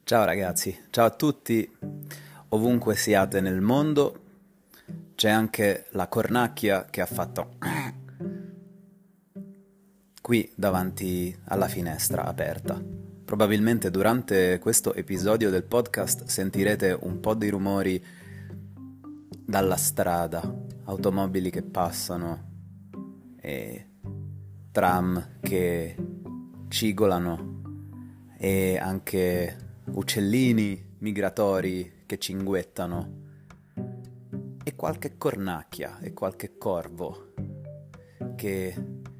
Ciao ragazzi, ciao a tutti, ovunque siate nel mondo, c'è anche la cornacchia che ha fatto qui davanti alla finestra aperta. Probabilmente durante questo episodio del podcast sentirete un po' di rumori dalla strada, automobili che passano e tram che cigolano e anche uccellini migratori che cinguettano e qualche cornacchia e qualche corvo che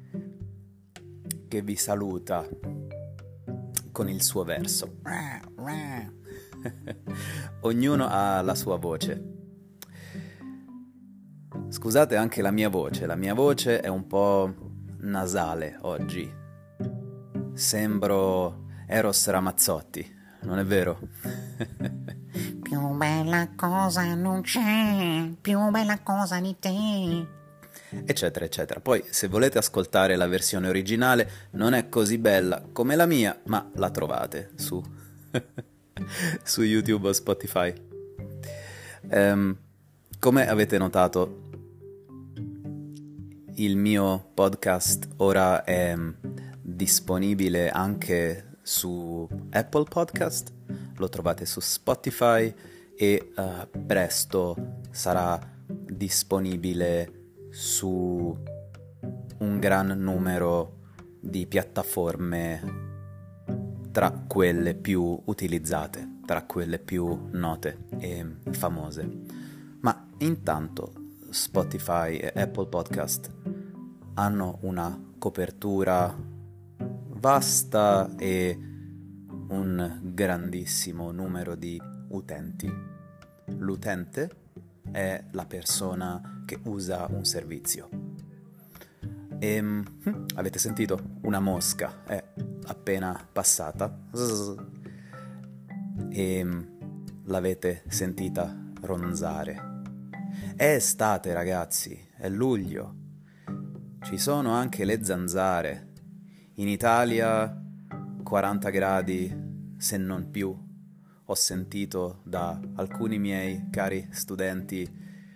vi saluta con il suo verso. Ognuno ha la sua voce. Scusate anche la mia voce è un po' nasale oggi. Sembro Eros Ramazzotti, non è vero? Più bella cosa non c'è, più bella cosa di te. Eccetera, eccetera. Poi, se volete ascoltare la versione originale, non è così bella come la mia, ma la trovate su, su YouTube o Spotify. Come avete notato, il mio podcast ora è disponibile anche su Apple Podcast, lo trovate su Spotify e presto sarà disponibile su un gran numero di piattaforme tra quelle più utilizzate, tra quelle più note e famose. Ma intanto Spotify e Apple Podcast hanno una copertura vasta e un grandissimo numero di utenti. L'utente è la persona che usa un servizio. E avete sentito? Una mosca è appena passata e l'avete sentita ronzare. È estate, ragazzi, è luglio. Ci sono anche le zanzare. In Italia 40 gradi, se non più. Ho sentito da alcuni miei cari studenti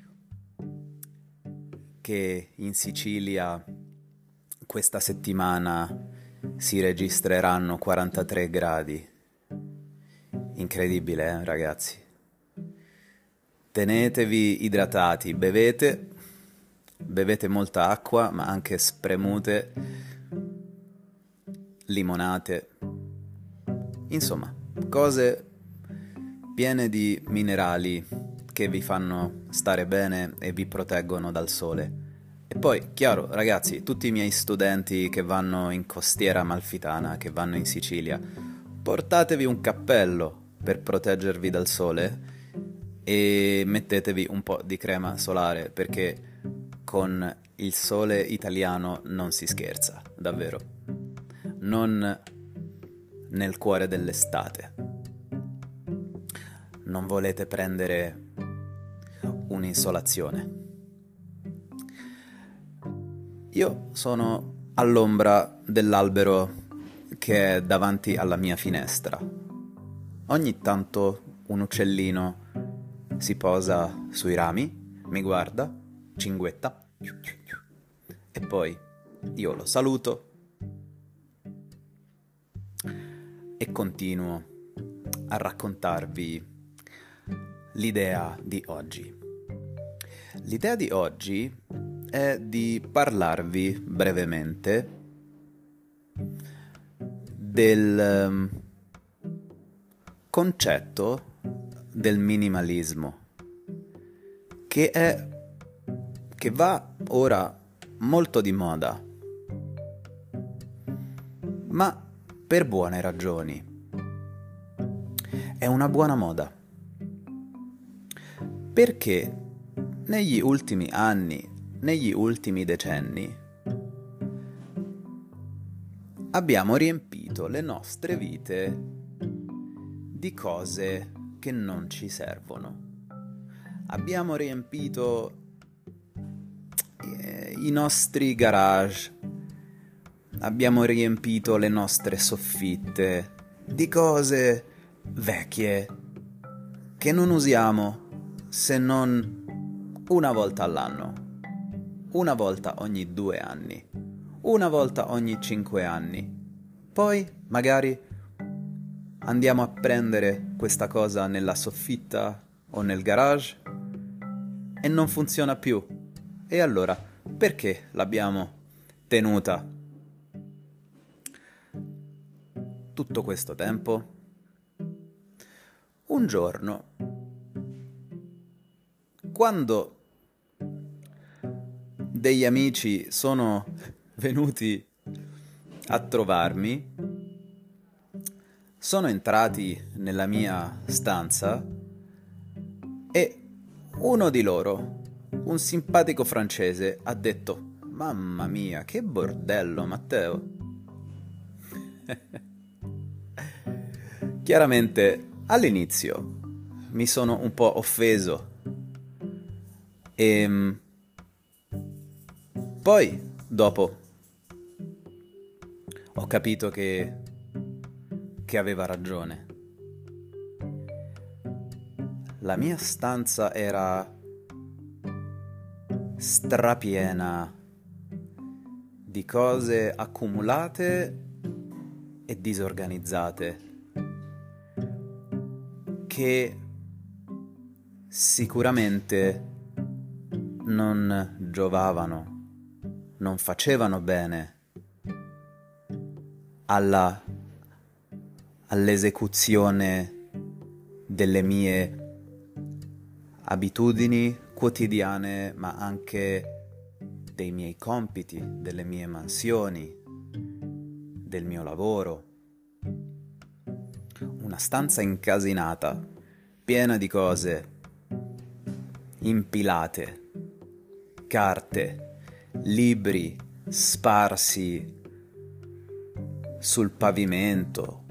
che in Sicilia questa settimana si registreranno 43 gradi. Incredibile, ragazzi? Tenetevi idratati, bevete molta acqua, ma anche spremute, limonate, insomma, cose piene di minerali che vi fanno stare bene e vi proteggono dal sole. E poi, chiaro, ragazzi, tutti i miei studenti che vanno in costiera amalfitana, che vanno in Sicilia, portatevi un cappello per proteggervi dal sole e mettetevi un po' di crema solare, perché con il sole italiano non si scherza, davvero. Non nel cuore dell'estate. Non volete prendere un'insolazione. Io sono all'ombra dell'albero che è davanti alla mia finestra. Ogni tanto un uccellino si posa sui rami, mi guarda, cinguetta, e poi io lo saluto e continuo a raccontarvi l'idea di oggi. L'idea di oggi è di parlarvi brevemente del concetto del minimalismo che va ora molto di moda, ma per buone ragioni. È una buona moda perché negli ultimi anni, negli ultimi decenni, abbiamo riempito le nostre vite di cose che non ci servono. Abbiamo riempito i nostri garage, abbiamo riempito le nostre soffitte di cose vecchie che non usiamo se non una volta all'anno, una volta ogni 2 anni, una volta ogni 5 anni. Poi magari andiamo a prendere questa cosa nella soffitta o nel garage e non funziona più. E allora, perché l'abbiamo tenuta tutto questo tempo? Un giorno, quando degli amici sono venuti a trovarmi, sono entrati nella mia stanza e uno di loro, un simpatico francese, ha detto: «Mamma mia, che bordello, Matteo!» Chiaramente all'inizio mi sono un po' offeso e poi dopo ho capito che aveva ragione. La mia stanza era strapiena di cose accumulate e disorganizzate che sicuramente non giovavano, non facevano bene all'esecuzione delle mie abitudini quotidiane, ma anche dei miei compiti, delle mie mansioni, del mio lavoro. Una stanza incasinata, piena di cose impilate, carte, libri sparsi sul pavimento,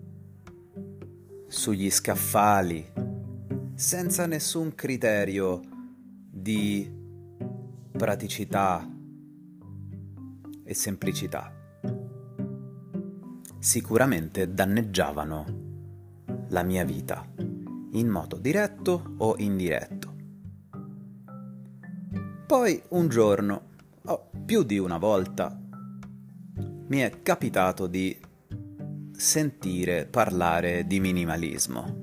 sugli scaffali, senza nessun criterio di praticità e semplicità. Sicuramente danneggiavano la mia vita, in modo diretto o indiretto. Poi un giorno, più di una volta, mi è capitato di sentire parlare di minimalismo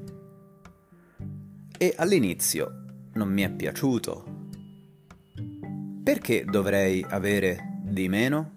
e all'inizio non mi è piaciuto. Perché dovrei avere di meno?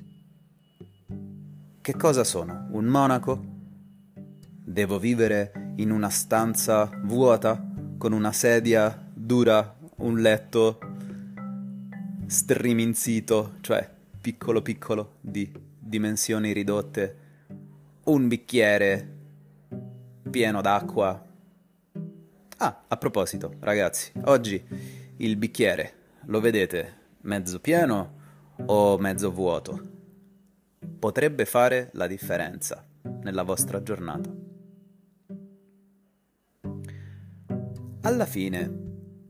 Che cosa sono? Un monaco? Devo vivere in una stanza vuota con una sedia dura, un letto striminzito, cioè piccolo piccolo, di dimensioni ridotte, un bicchiere pieno d'acqua. A proposito, ragazzi, oggi il bicchiere lo vedete mezzo pieno o mezzo vuoto? Potrebbe fare la differenza nella vostra giornata. Alla fine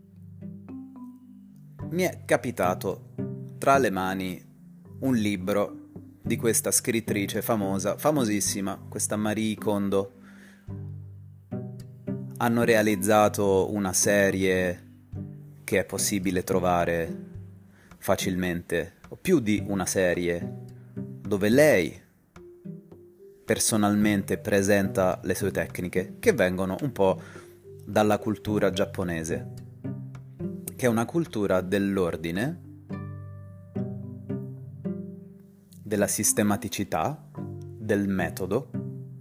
mi è capitato tra le mani un libro di questa scrittrice famosa, famosissima, questa Marie Kondo. Hanno realizzato una serie che è possibile trovare facilmente, o più di una serie, dove lei personalmente presenta le sue tecniche, che vengono un po' dalla cultura giapponese, che è una cultura dell'ordine, della sistematicità, del metodo,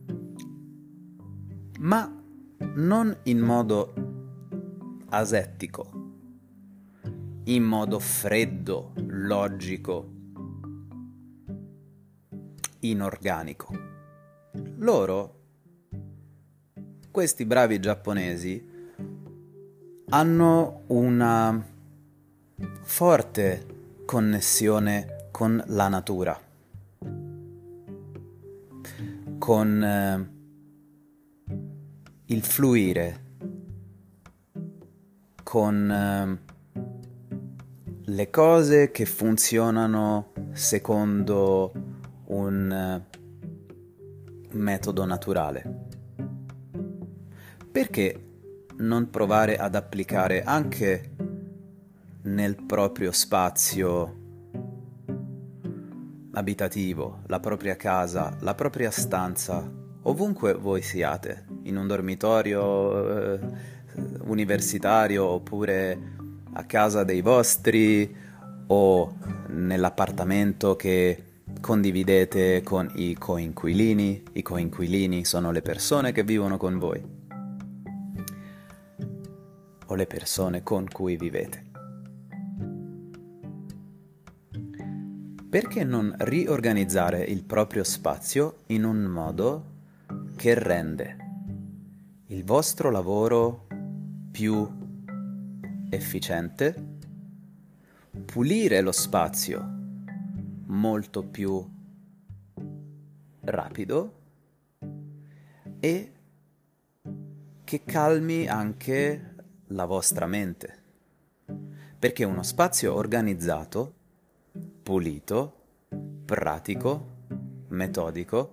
ma non in modo asettico, in modo freddo, logico, inorganico. Loro, questi bravi giapponesi, hanno una forte connessione con la natura, con il fluire, con le cose che funzionano secondo un metodo naturale. perché non provare ad applicare anche nel proprio spazio abitativo, la propria casa, la propria stanza, ovunque voi siate, in un dormitorio universitario oppure a casa dei vostri o nell'appartamento che condividete con i coinquilini. I coinquilini sono le persone che vivono con voi o le persone con cui vivete. Perché non riorganizzare il proprio spazio in un modo che rende il vostro lavoro più efficiente, pulire lo spazio molto più rapido e che calmi anche la vostra mente? Perché uno spazio organizzato, pulito, pratico, metodico,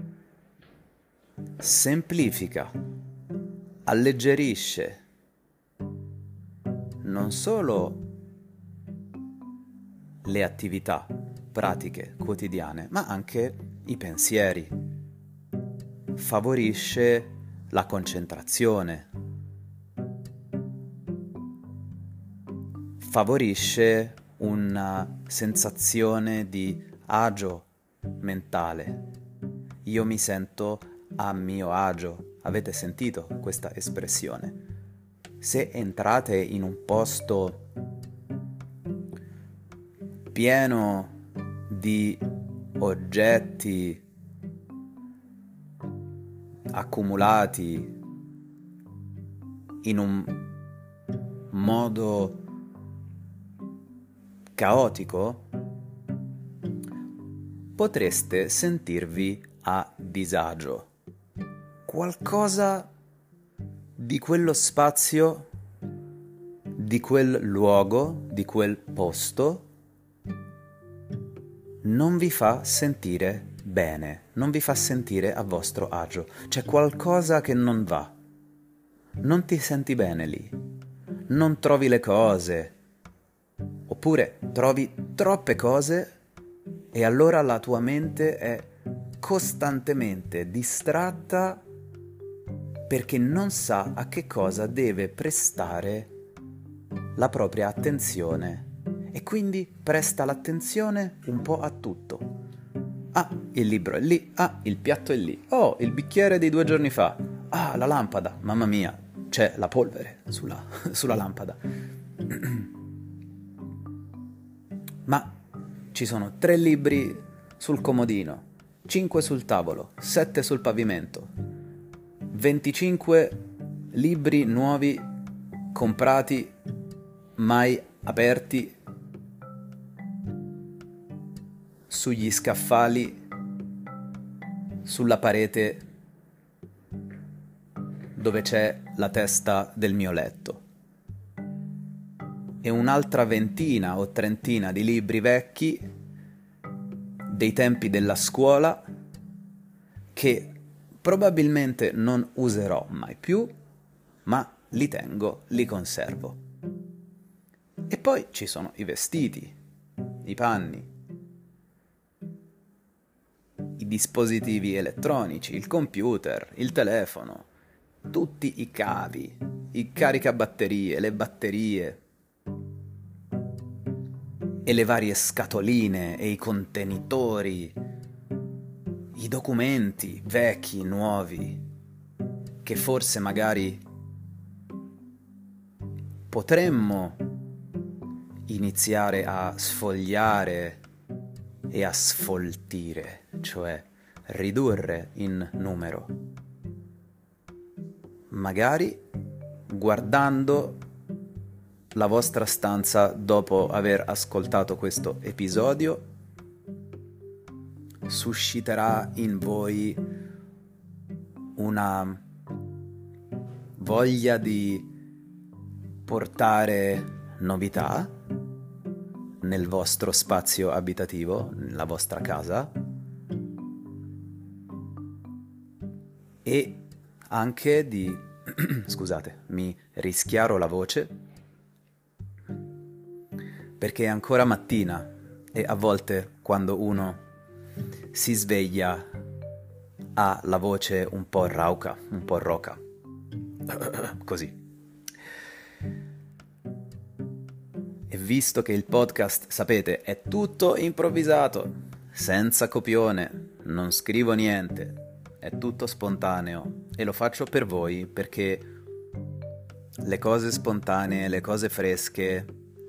semplifica, alleggerisce non solo le attività pratiche quotidiane, ma anche i pensieri, favorisce la concentrazione, favorisce una sensazione di agio mentale. Io mi sento a mio agio. Avete sentito questa espressione? Se entrate in un posto pieno di oggetti accumulati in un modo caotico, potreste sentirvi a disagio. Qualcosa di quello spazio, di quel luogo, di quel posto non vi fa sentire bene, non vi fa sentire a vostro agio. C'è qualcosa che non va. Non ti senti bene lì. Non trovi le cose. Oppure trovi troppe cose e allora la tua mente è costantemente distratta perché non sa a che cosa deve prestare la propria attenzione e quindi presta l'attenzione un po' a tutto. Ah, il libro è lì, ah, il piatto è lì, oh, il bicchiere di 2 giorni fa, ah, la lampada, mamma mia, c'è la polvere sulla lampada. Ma ci sono 3 libri sul comodino, 5 sul tavolo, 7 sul pavimento, 25 libri nuovi comprati, mai aperti, sugli scaffali, sulla parete dove c'è la testa del mio letto. E un'altra 20 o 30 di libri vecchi dei tempi della scuola che probabilmente non userò mai più, ma li tengo, li conservo. E poi ci sono i vestiti, i panni, i dispositivi elettronici, il computer, il telefono, tutti i cavi, i caricabatterie, le batterie e le varie scatoline e i contenitori, i documenti vecchi, nuovi, che forse magari potremmo iniziare a sfogliare e a sfoltire, cioè ridurre in numero. Magari guardando la vostra stanza dopo aver ascoltato questo episodio susciterà in voi una voglia di portare novità nel vostro spazio abitativo, nella vostra casa, e anche di scusate, mi rischiaro la voce perché è ancora mattina e a volte quando uno si sveglia ha la voce un po' rauca, un po' roca, così. E visto che il podcast, sapete, è tutto improvvisato, senza copione, non scrivo niente, è tutto spontaneo e lo faccio per voi perché le cose spontanee, le cose fresche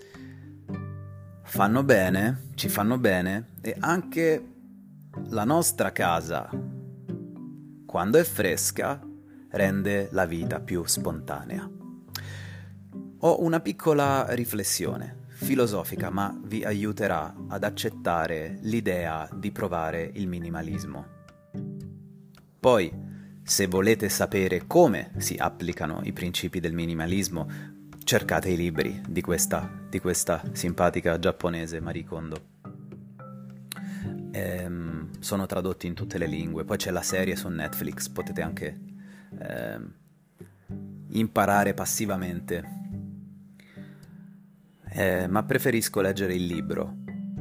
fanno bene, ci fanno bene e anche la nostra casa, quando è fresca, rende la vita più spontanea. Ho una piccola riflessione filosofica, ma vi aiuterà ad accettare l'idea di provare il minimalismo. Poi, se volete sapere come si applicano i principi del minimalismo, cercate i libri di questa simpatica giapponese Marie Kondo. Sono tradotti in tutte le lingue, poi c'è la serie su Netflix, potete anche imparare passivamente. Ma preferisco leggere il libro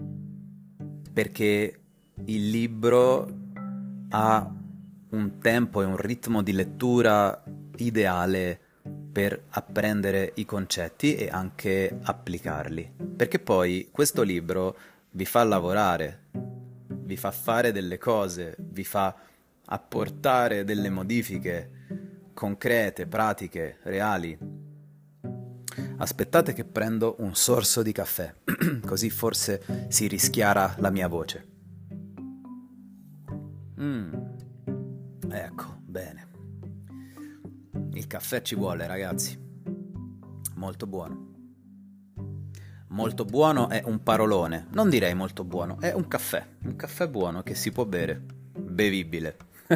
perché il libro ha un tempo e un ritmo di lettura ideale per apprendere i concetti e anche applicarli, perché poi questo libro vi fa lavorare, vi fa fare delle cose, vi fa apportare delle modifiche concrete, pratiche, reali. Aspettate che prendo un sorso di caffè, così forse si rischiara la mia voce. Ecco, bene. Il caffè ci vuole, ragazzi. Molto buono. Molto buono è un parolone. Non direi molto buono, è un caffè buono che si può bere. Bevibile.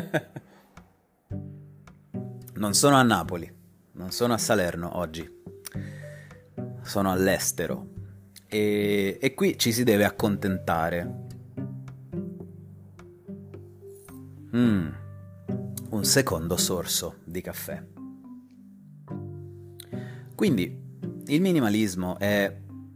Non sono a Napoli, non sono a Salerno oggi. Sono all'estero e qui ci si deve accontentare. Un secondo sorso di caffè. Quindi il minimalismo è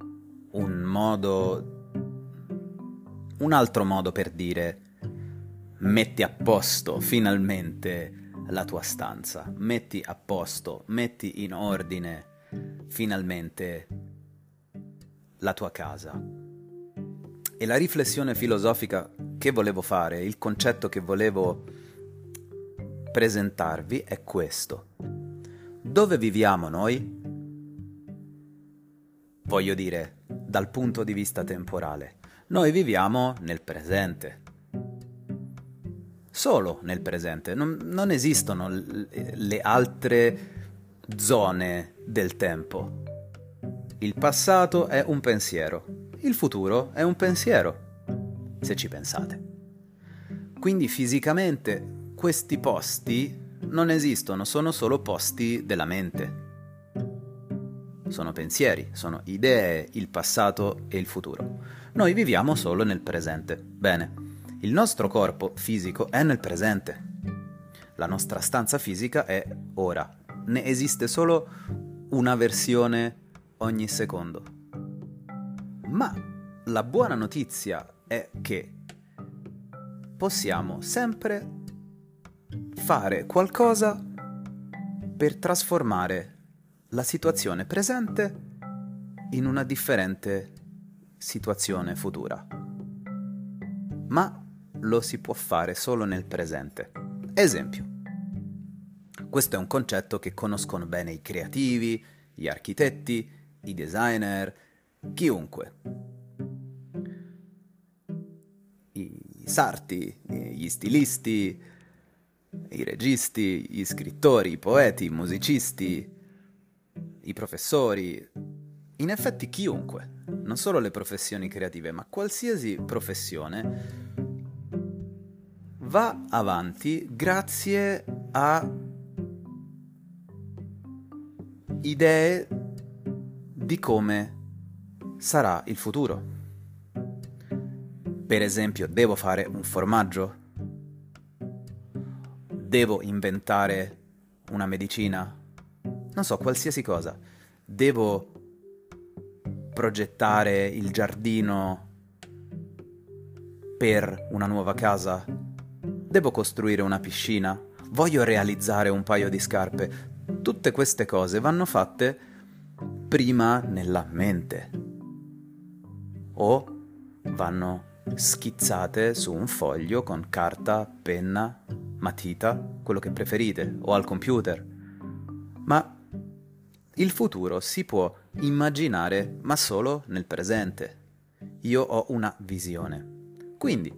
un altro modo per dire metti a posto finalmente la tua stanza, metti a posto, metti in ordine finalmente la tua casa. E la riflessione filosofica che volevo fare, il concetto che volevo presentarvi è questo. Dove viviamo noi? Voglio dire, dal punto di vista temporale. Noi viviamo nel presente. Solo nel presente. Non esistono le altre zone del tempo. Il passato è un pensiero, il futuro è un pensiero, se ci pensate. Quindi fisicamente questi posti non esistono, sono solo posti della mente. Sono pensieri, sono idee, il passato e il futuro. Noi viviamo solo nel presente. Bene, il nostro corpo fisico è nel presente. La nostra stanza fisica è ora. Ne esiste solo una versione ogni secondo. Ma la buona notizia è che possiamo sempre fare qualcosa per trasformare la situazione presente in una differente situazione futura. Ma lo si può fare solo nel presente. Esempio. Questo è un concetto che conoscono bene i creativi, gli architetti, i designer, chiunque. I sarti, gli stilisti, i registi, gli scrittori, i poeti, i musicisti, i professori. In effetti chiunque, non solo le professioni creative, ma qualsiasi professione va avanti grazie a idee di come sarà il futuro. Per esempio, devo fare un formaggio? Devo inventare una medicina? non so, qualsiasi cosa. Devo progettare il giardino per una nuova casa? Devo costruire una piscina? Voglio realizzare un paio di scarpe? Tutte queste cose vanno fatte prima nella mente o vanno schizzate su un foglio con carta, penna, matita, quello che preferite, o al computer. Ma il futuro si può immaginare, ma solo nel presente. Io ho una visione. Quindi,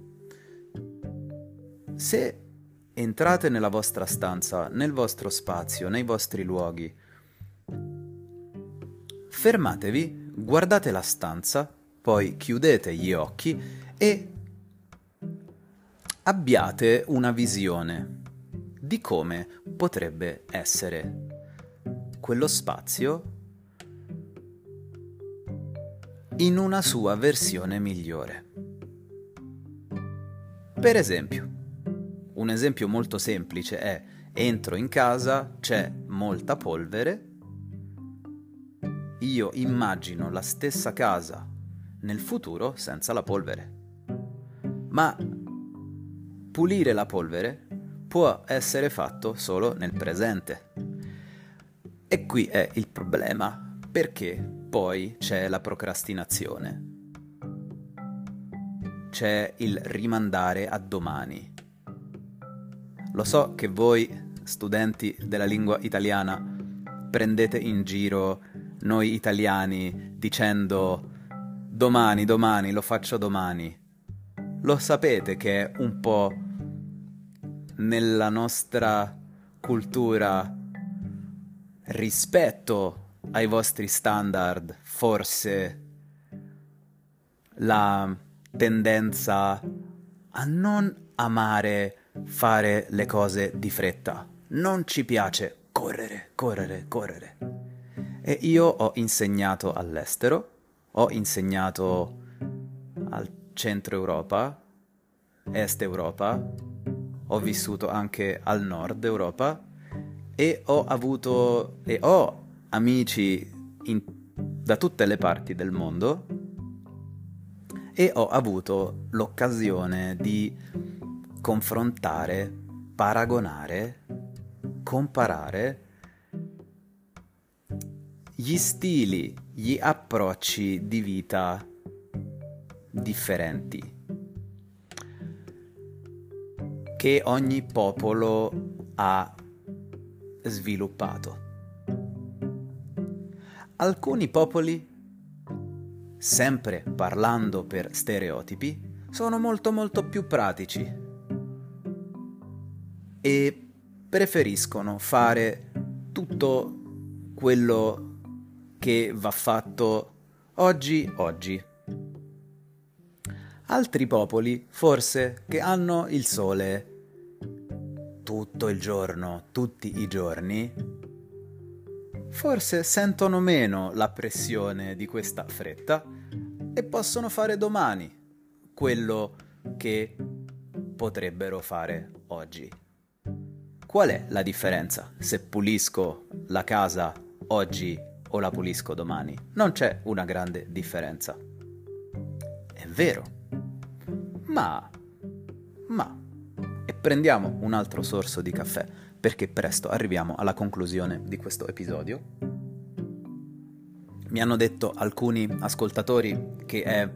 se entrate nella vostra stanza, nel vostro spazio, nei vostri luoghi, fermatevi, guardate la stanza, poi chiudete gli occhi e abbiate una visione di come potrebbe essere quello spazio in una sua versione migliore. Per esempio, un esempio molto semplice è: entro in casa, c'è molta polvere, io immagino la stessa casa nel futuro senza la polvere. Ma pulire la polvere può essere fatto solo nel presente. E qui è il problema, perché poi c'è la procrastinazione. C'è il rimandare a domani. Lo so che voi, studenti della lingua italiana, prendete in giro noi italiani dicendo domani, domani, lo faccio domani. Lo sapete che è un po' nella nostra cultura, rispetto ai vostri standard, forse la tendenza a non amare fare le cose di fretta. Non ci piace correre, correre, correre. E io ho insegnato all'estero, ho insegnato al centro Europa, est Europa, ho vissuto anche al nord Europa e ho avuto e ho amici da tutte le parti del mondo e ho avuto l'occasione di confrontare, paragonare, comparare gli stili, gli approcci di vita differenti che ogni popolo ha sviluppato. Alcuni popoli, sempre parlando per stereotipi, sono molto molto più pratici e preferiscono fare tutto quello che va fatto oggi. Altri popoli, forse, che hanno il sole tutto il giorno, tutti i giorni, forse sentono meno la pressione di questa fretta e possono fare domani quello che potrebbero fare oggi. Qual è la differenza se pulisco la casa oggi o la pulisco domani? Non c'è una grande differenza. È vero. Ma, e prendiamo un altro sorso di caffè, perché presto arriviamo alla conclusione di questo episodio. Mi hanno detto alcuni ascoltatori che è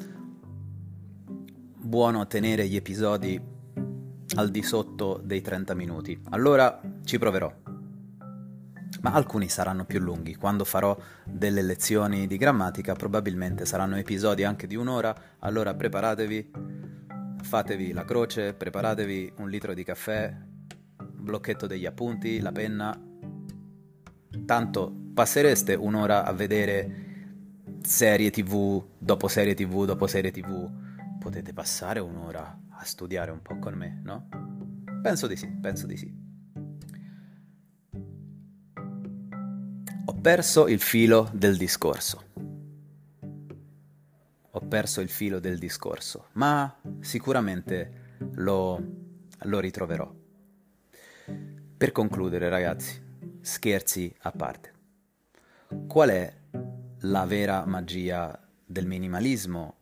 buono tenere gli episodi al di sotto dei 30 minuti. Allora ci proverò. Ma alcuni saranno più lunghi. Quando farò delle lezioni di grammatica probabilmente saranno episodi anche di un'ora. Allora preparatevi, fatevi la croce, preparatevi un litro di caffè, blocchetto degli appunti, la penna. Tanto passereste un'ora a vedere serie TV dopo serie TV dopo serie TV. Potete passare un'ora a studiare un po' con me, no? Penso di sì. Ho perso il filo del discorso, ma sicuramente lo ritroverò. Per concludere, ragazzi, scherzi a parte, qual è la vera magia del minimalismo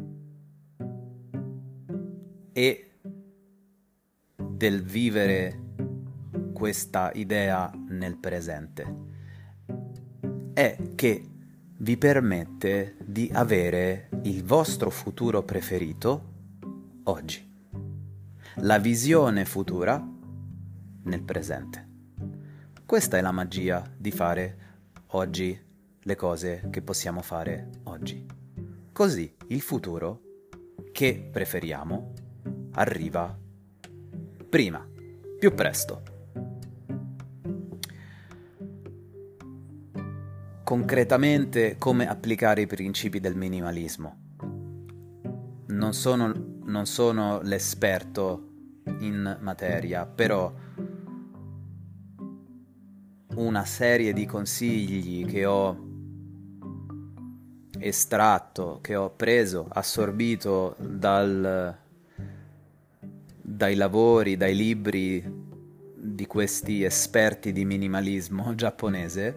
e del vivere questa idea nel presente? È che vi permette di avere il vostro futuro preferito oggi, la visione futura nel presente. Questa è la magia di fare oggi le cose che possiamo fare oggi. Così il futuro che preferiamo arriva prima, più presto. Concretamente, come applicare i principi del minimalismo? Non sono l'esperto in materia, però una serie di consigli che ho estratto, che ho preso, assorbito dai lavori, dai libri di questi esperti di minimalismo giapponese.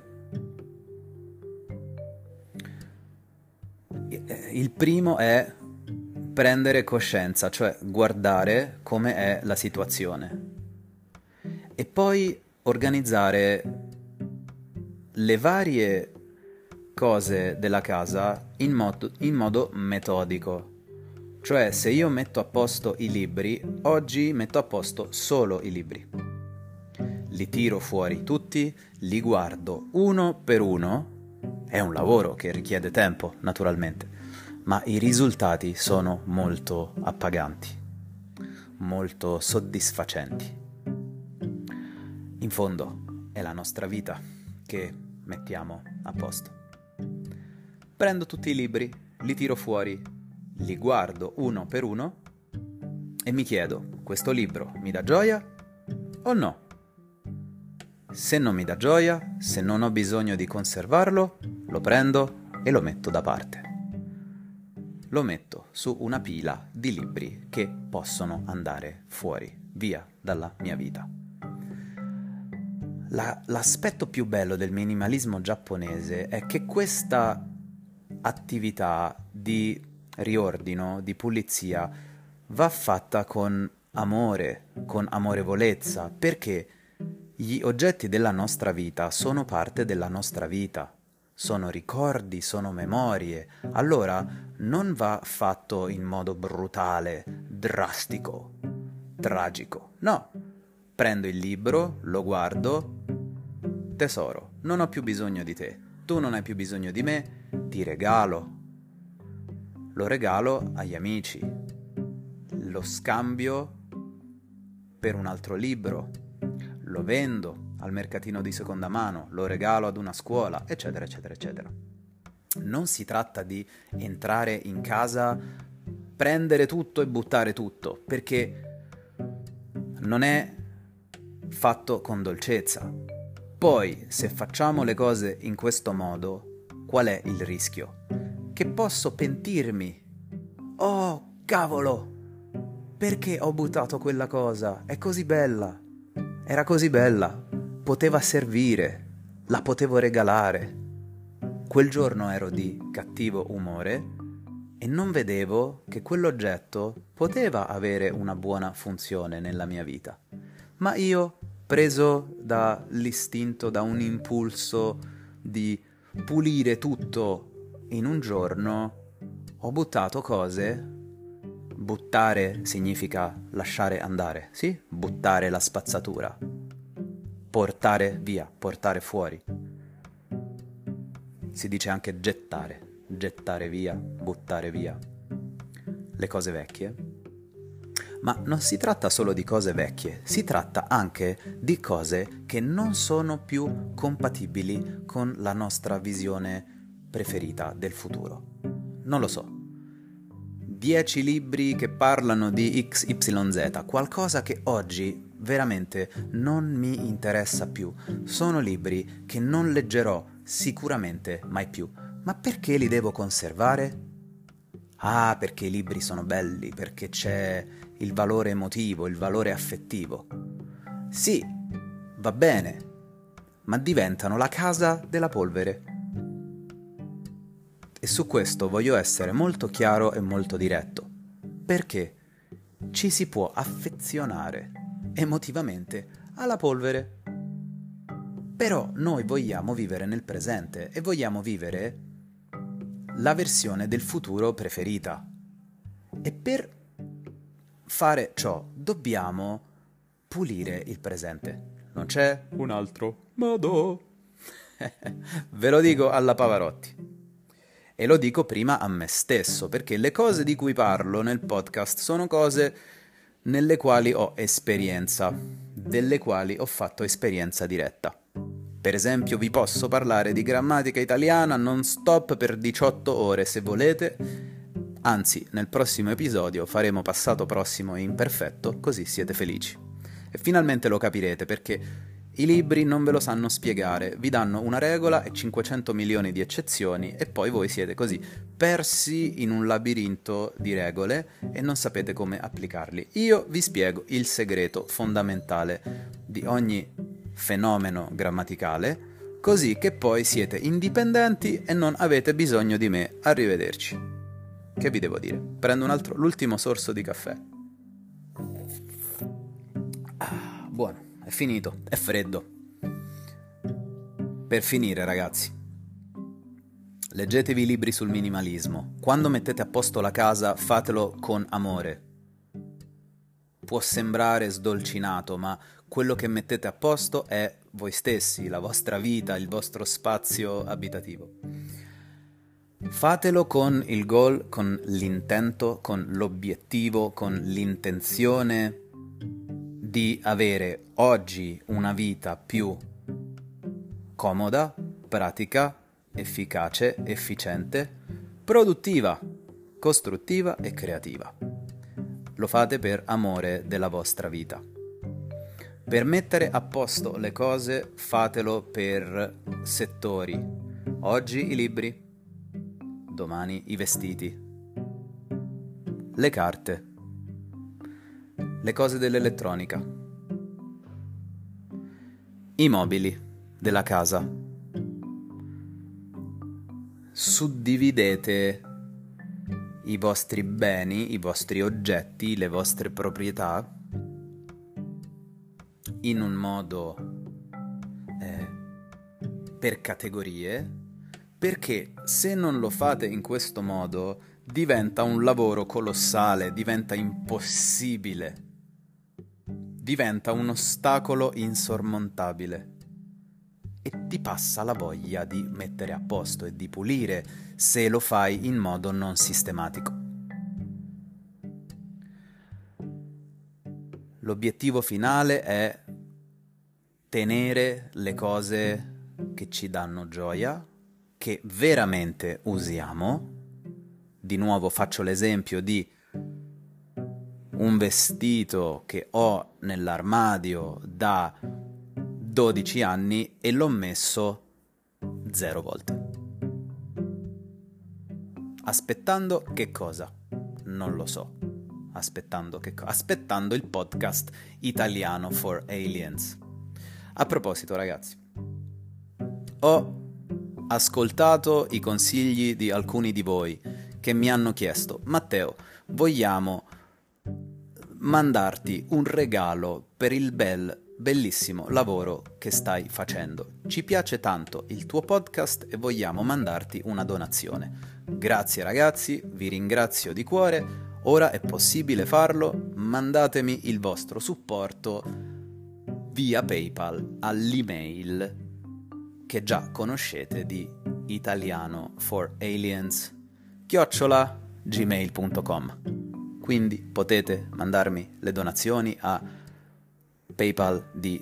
Il primo è prendere coscienza, cioè guardare come è la situazione e poi organizzare le varie cose della casa in modo metodico. Cioè, se io metto a posto i libri, oggi metto a posto solo i libri. Li tiro fuori tutti, li guardo uno per uno. È un lavoro che richiede tempo, naturalmente, ma i risultati sono molto appaganti, molto soddisfacenti. In fondo, è la nostra vita che mettiamo a posto. Prendo tutti i libri, li tiro fuori, li guardo uno per uno e mi chiedo, questo libro mi dà gioia o no? Se non mi dà gioia, se non ho bisogno di conservarlo, lo prendo e lo metto da parte. Lo metto su una pila di libri che possono andare fuori, via dalla mia vita. L'aspetto più bello del minimalismo giapponese è che questa attività di riordino, di pulizia, va fatta con amore, con amorevolezza, perché gli oggetti della nostra vita sono parte della nostra vita, sono ricordi, sono memorie. Allora non va fatto in modo brutale, drastico, tragico. No, prendo il libro, lo guardo, tesoro, non ho più bisogno di te, tu non hai più bisogno di me, ti regalo. Lo regalo agli amici, lo scambio per un altro libro, lo vendo al mercatino di seconda mano, lo regalo ad una scuola, eccetera, eccetera, eccetera. Non si tratta di entrare in casa, prendere tutto e buttare tutto, perché non è fatto con dolcezza. Poi, se facciamo le cose in questo modo, qual è il rischio? Che posso pentirmi. Oh, cavolo! Perché ho buttato quella cosa? È così bella. Era così bella. Poteva servire. La potevo regalare. Quel giorno ero di cattivo umore e non vedevo che quell'oggetto poteva avere una buona funzione nella mia vita. Ma io, preso dall'istinto, da un impulso di pulire tutto in un giorno, ho buttato cose. Buttare significa lasciare andare, sì? Buttare la spazzatura, portare via, portare fuori. Si dice anche gettare via, buttare via le cose vecchie. Ma non si tratta solo di cose vecchie, si tratta anche di cose che non sono più compatibili con la nostra visione preferita del futuro. Non lo so. 10 libri che parlano di XYZ, qualcosa che oggi veramente non mi interessa più. Sono libri che non leggerò sicuramente mai più. Ma perché li devo conservare? Ah, perché i libri sono belli, perché c'è il valore emotivo, il valore affettivo. Sì, va bene, ma diventano la casa della polvere. E su questo voglio essere molto chiaro e molto diretto, perché ci si può affezionare emotivamente alla polvere. Però noi vogliamo vivere nel presente e vogliamo vivere la versione del futuro preferita. E per fare ciò dobbiamo pulire il presente. Non c'è un altro modo. Ve lo dico alla Pavarotti. E lo dico prima a me stesso, perché le cose di cui parlo nel podcast sono cose nelle quali ho esperienza, delle quali ho fatto esperienza diretta. Per esempio, vi posso parlare di grammatica italiana non stop per 18 ore se volete. Anzi, nel prossimo episodio faremo passato prossimo e imperfetto, così siete felici. E finalmente lo capirete, perché i libri non ve lo sanno spiegare, vi danno una regola e 500 milioni di eccezioni e poi voi siete così, persi in un labirinto di regole e non sapete come applicarli. Io vi spiego il segreto fondamentale di ogni fenomeno grammaticale, così che poi siete indipendenti e non avete bisogno di me. Arrivederci. Che vi devo dire? Prendo l'ultimo sorso di caffè. Buono, è finito, è freddo. Per finire, ragazzi, leggetevi i libri sul minimalismo. Quando mettete a posto la casa, fatelo con amore. Può sembrare sdolcinato, ma quello che mettete a posto è voi stessi, la vostra vita, il vostro spazio abitativo. Fatelo con il goal, con l'intento, con l'obiettivo, con l'intenzione di avere oggi una vita più comoda, pratica, efficace, efficiente, produttiva, costruttiva e creativa. Lo fate per amore della vostra vita. Per mettere a posto le cose, fatelo per settori. Oggi i libri, domani i vestiti, le carte, le cose dell'elettronica, i mobili della casa. Suddividete i vostri beni, i vostri oggetti, le vostre proprietà in un modo per categorie, perché se non lo fate in questo modo diventa un lavoro colossale, diventa impossibile, diventa un ostacolo insormontabile e ti passa la voglia di mettere a posto e di pulire se lo fai in modo non sistematico. L'obiettivo finale è tenere le cose che ci danno gioia, che veramente usiamo. Di nuovo faccio l'esempio di un vestito che ho nell'armadio da 12 anni e l'ho messo 0 volte. Aspettando che cosa? Non lo so. Aspettando il podcast Italiano for Aliens. A proposito, ragazzi, ho ascoltato i consigli di alcuni di voi che mi hanno chiesto: Matteo, vogliamo mandarti un regalo per il bellissimo lavoro che stai facendo. Ci piace tanto il tuo podcast e vogliamo mandarti una donazione. Grazie ragazzi, vi ringrazio di cuore. Ora è possibile farlo. Mandatemi il vostro supporto via PayPal all'email che già conoscete di italianoforaliens@gmail.com. Quindi potete mandarmi le donazioni a PayPal di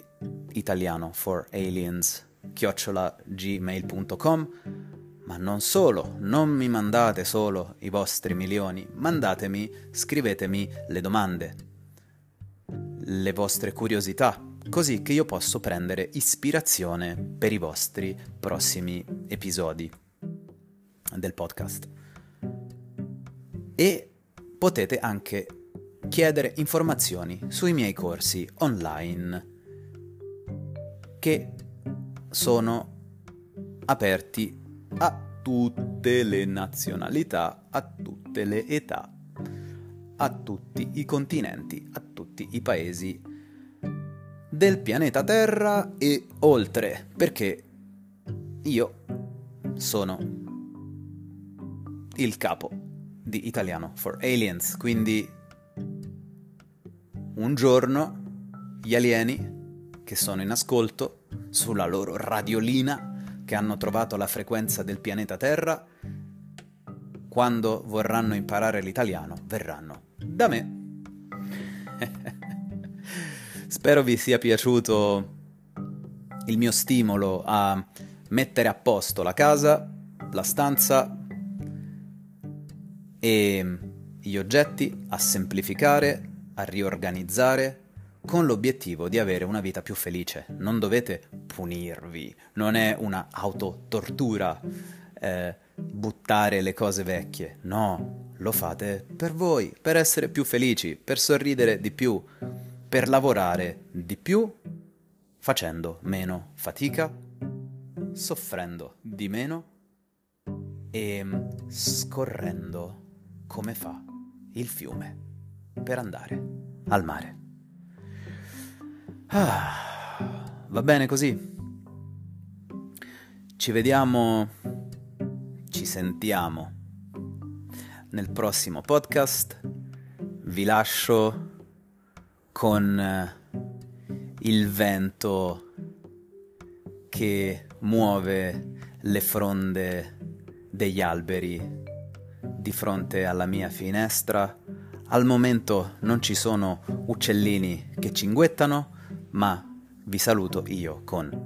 italianoforaliens@gmail.com. Ma non solo, non mi mandate solo i vostri milioni, scrivetemi le domande, le vostre curiosità, così che io posso prendere ispirazione per i vostri prossimi episodi del podcast. E potete anche chiedere informazioni sui miei corsi online che sono aperti a tutte le nazionalità, a tutte le età, a tutti i continenti, a tutti i paesi del pianeta Terra e oltre, perché io sono il capo di Italiano for Aliens, quindi un giorno gli alieni che sono in ascolto sulla loro radiolina, che hanno trovato la frequenza del pianeta Terra, quando vorranno imparare l'italiano, verranno da me. Spero vi sia piaciuto il mio stimolo a mettere a posto la casa, la stanza e gli oggetti, a semplificare, a riorganizzare, con l'obiettivo di avere una vita più felice. Non dovete punirvi, non è una autotortura buttare le cose vecchie, no, lo fate per voi, per essere più felici, per sorridere di più, per lavorare di più, facendo meno fatica, soffrendo di meno e scorrendo come fa il fiume per andare al mare. Va bene così. Ci vediamo, ci sentiamo nel prossimo podcast. Vi lascio con il vento che muove le fronde degli alberi di fronte alla mia finestra. Al momento non ci sono uccellini che cinguettano, ma vi saluto io con